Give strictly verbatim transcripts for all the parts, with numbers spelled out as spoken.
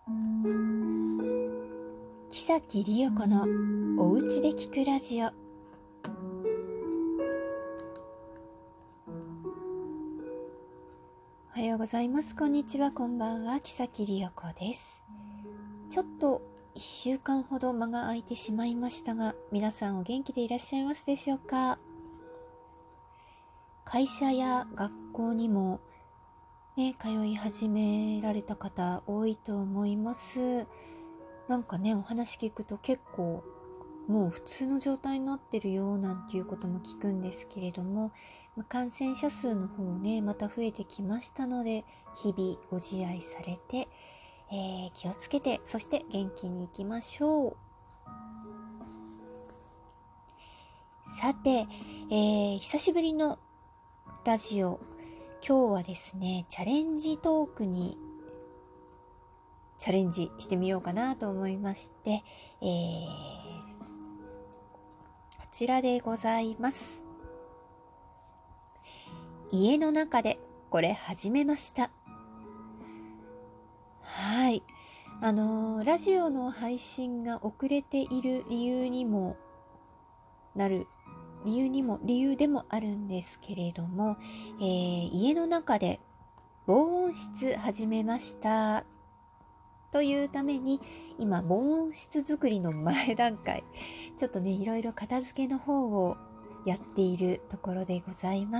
木崎理代子のおうちで聞くラジオ。おはようございます。こんにちは、こんばんは。木崎理代子です。ちょっといっしゅうかんほど間が空いてしまいましたが、皆さんお元気でいらっしゃいますでしょうか。会社や学校にもね、通い始められた方多いと思います。なんかね、お話聞くと結構もう普通の状態になってるよなんていうことも聞くんですけれども、感染者数の方ね、また増えてきましたので、日々ご自愛されて、えー、気をつけて、そして元気にいきましょう。さて、えー、久しぶりのラジオ。今日はですね、チャレンジトークにチャレンジしてみようかなと思いまして、えー、こちらでございます。家の中でこれ始めました。はい。あのー、ラジオの配信が遅れている理由にもなる、理由にも、理由でもあるんですけれども、えー、家の中で防音室始めましたというために、今防音室作りの前段階、ちょっとね、いろいろ片付けの方をやっているところでございます。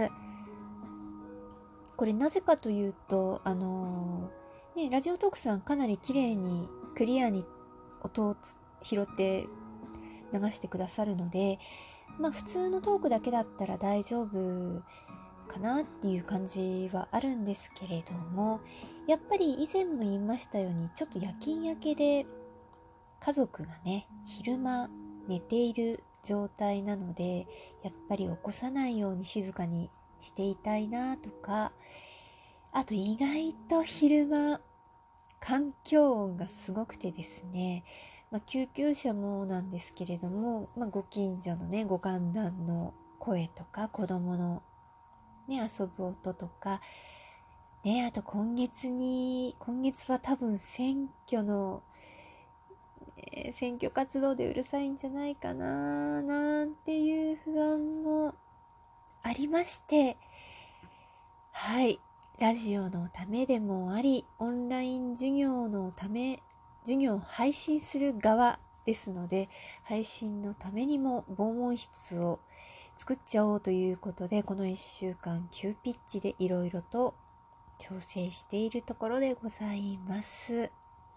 これなぜかというと、あのーね、ラジオトークさんかなり綺麗にクリアに音を拾って流してくださるので、まあ普通のトークだけだったら大丈夫かなっていう感じはあるんですけれども、やっぱり以前も言いましたように、ちょっと夜勤明けで家族がね、昼間寝ている状態なので、やっぱり起こさないように静かにしていたいなとか、あと意外と昼間環境音がすごくてですね、まあ、救急車もなんですけれども、まあ、ご近所のね、ご歓談の声とか、子供のね、遊ぶ音とか、ね、あと今月に、今月は多分選挙の、えー選挙活動でうるさいんじゃないかな、なんていう不安もありまして、はい、ラジオのためでもあり、オンライン授業のため、授業を配信する側ですので、配信のためにも防音室を作っちゃおうということで、このいっしゅうかん急ピッチでいろいろと調整しているところでございます。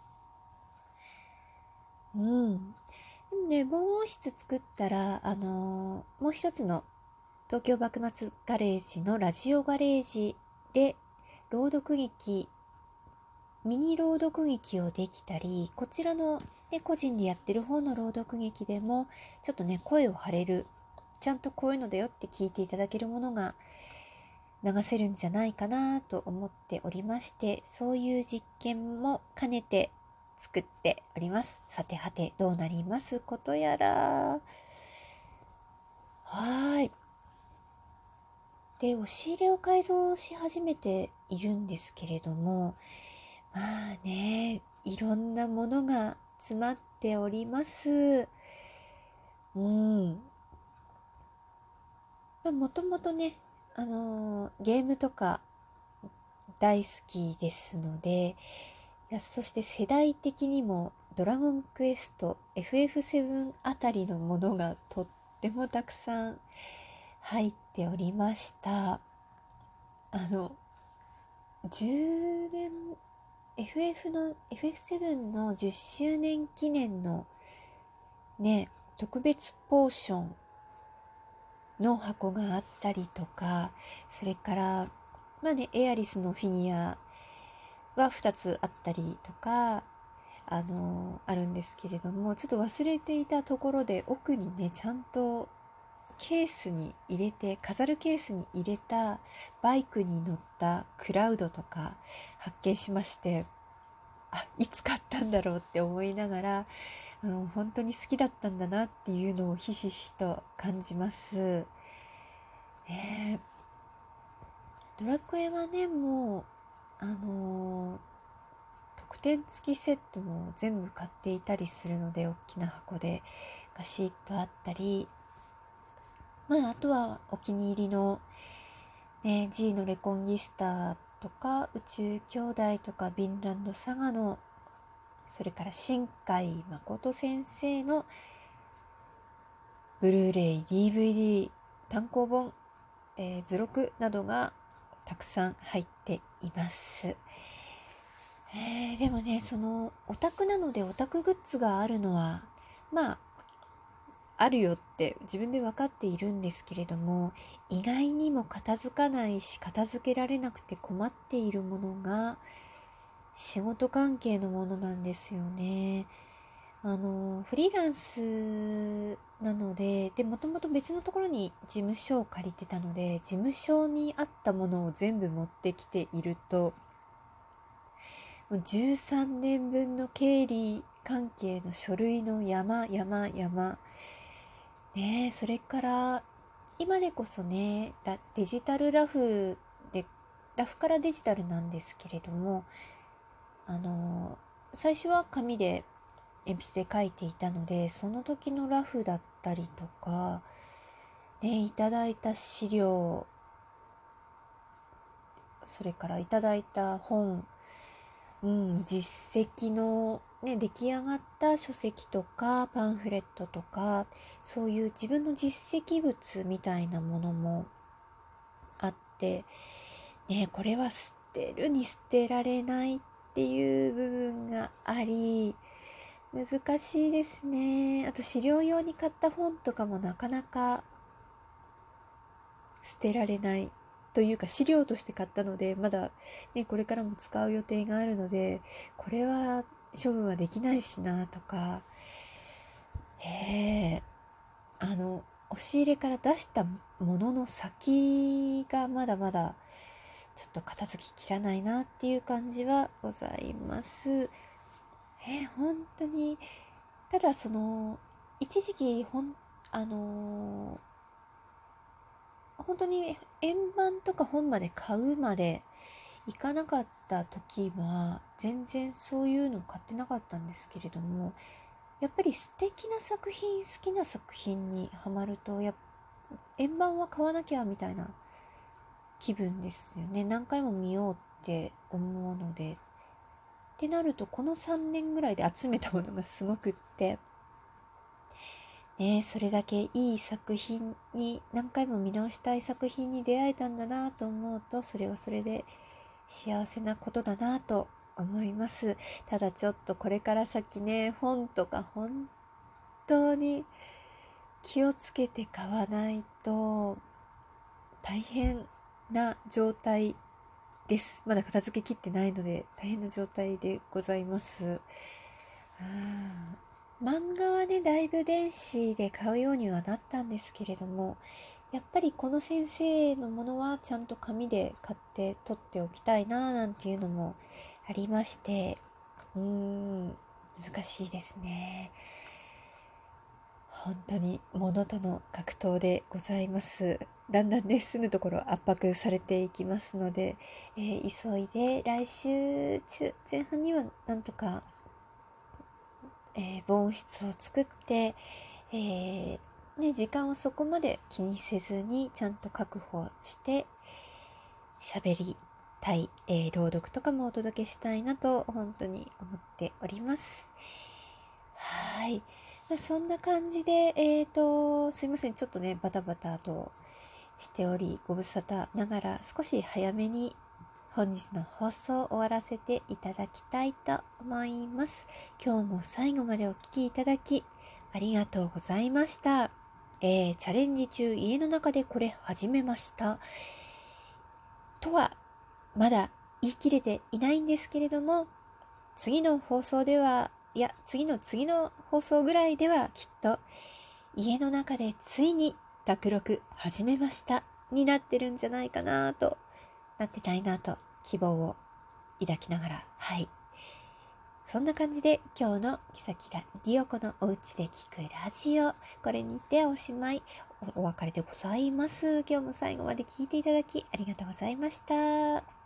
うん。でもね、防音室作ったら、あのー、もう一つの東京幕末ガレージのラジオガレージで朗読劇、ミニ朗読劇をできたり、こちらの、ね、個人でやってる方の朗読劇でも、ちょっとね、声を張れる、ちゃんとこういうのだよって聞いていただけるものが流せるんじゃないかなと思っておりまして、そういう実験も兼ねて作っております。さてはて、どうなりますことやら。はーい。で、押し入れを改造し始めているんですけれども、まあね、いろんなものが詰まっております。うん。もともとね、あのーゲームとか大好きですので、そして世代的にもドラゴンクエスト エフエフセブン あたりのものがとってもたくさん入っておりました。あの、じゅうねん、エフエフ の、エフエフセブン のじゅっしゅうねん記念のね、特別ポーションの箱があったりとか、それから、まあね、エアリスのフィギュアはふたつあったりとか、あの、あるんですけれども、ちょっと忘れていたところで奥にね、ちゃんとケースに入れて、飾るケースに入れたバイクに乗ったクラウドとか発見しまして、あ、いつ買ったんだろうって思いながら、うん、本当に好きだったんだなっていうのをひしひしと感じます。ね、ドラクエはね、もう、あのー特典付きセットも全部買っていたりするので、大きな箱でガシッとあったり、まああとはお気に入りのね G のレコンギスタとか宇宙兄弟とかヴィンランドサガの、それから新海誠先生のブルーレイ、ディーブイディー、単行本、えー図録などがたくさん入っています。えー、でもね、そのオタクなのでオタクグッズがあるのはまああるよって自分で分かっているんですけれども、意外にも片付かないし片付けられなくて困っているものが仕事関係のものなんですよね。あのフリーランスなので、でもともと別のところに事務所を借りてたので、事務所にあったものを全部持ってきていると、もうじゅうさんねんぶんの経理関係の書類の山山山ねえ、それから今でこそねラデジタルラフでラフからデジタルなんですけれども、あの最初は紙で鉛筆で書いていたので、その時のラフだったりとかね、いただいた資料、それからいただいた本、うん、実績の、ね、出来上がった書籍とかパンフレットとか、そういう自分の実績物みたいなものもあって、ね、これは捨てるに捨てられないっていう部分があり、難しいですね。あと資料用に買った本とかもなかなか捨てられないというか、資料として買ったのでまだねこれからも使う予定があるので、これは処分はできないしなとか、へえあの押し入れから出したものの先がまだまだちょっと片付ききらないなっていう感じはございます。え本当に、ただその一時期ほんあのー本当に円盤とか本まで買うまでいかなかった時は全然そういうの買ってなかったんですけれども、やっぱり素敵な作品、好きな作品にはまると、やっ円盤は買わなきゃみたいな気分ですよね。何回も見ようって思うので。ってなると、このさんねんぐらいで集めたものがすごくって、ね、それだけいい作品に、何回も見直したい作品に出会えたんだなと思うと、それはそれで幸せなことだなと思います。ただちょっとこれから先ね、本とか本当に気をつけて買わないと大変な状態です。まだ片付けきってないので大変な状態でございます。うん漫画はね、だいぶ電子で買うようにはなったんですけれども、やっぱりこの先生のものはちゃんと紙で買って取っておきたいななんていうのもありまして、うーん、難しいですね。本当に物との格闘でございます。だんだんね、住むところ圧迫されていきますので、えー急いで来週中前半にはなんとかえー防音室を作って、えーね、時間をそこまで気にせずにちゃんと確保して喋りたい、えー朗読とかもお届けしたいなと本当に思っております。はい。まあ、そんな感じで、えーと、すいません。ちょっとね、バタバタとしており、ご無沙汰ながら少し早めに本日の放送を終わらせていただきたいと思います。今日も最後までお聞きいただきありがとうございました。えー、チャレンジ中家の中でこれ始めましたとはまだ言い切れていないんですけれども、次の放送では、いや、次の次の放送ぐらいではきっと家の中でついに学録始めましたになってるんじゃないかなと、なってたいなと希望を抱きながら、はい。そんな感じで今日のキサキラディオコのおうちで聞くラジオ、これにておしまい、お別れでございます。今日も最後まで聞いていただきありがとうございました。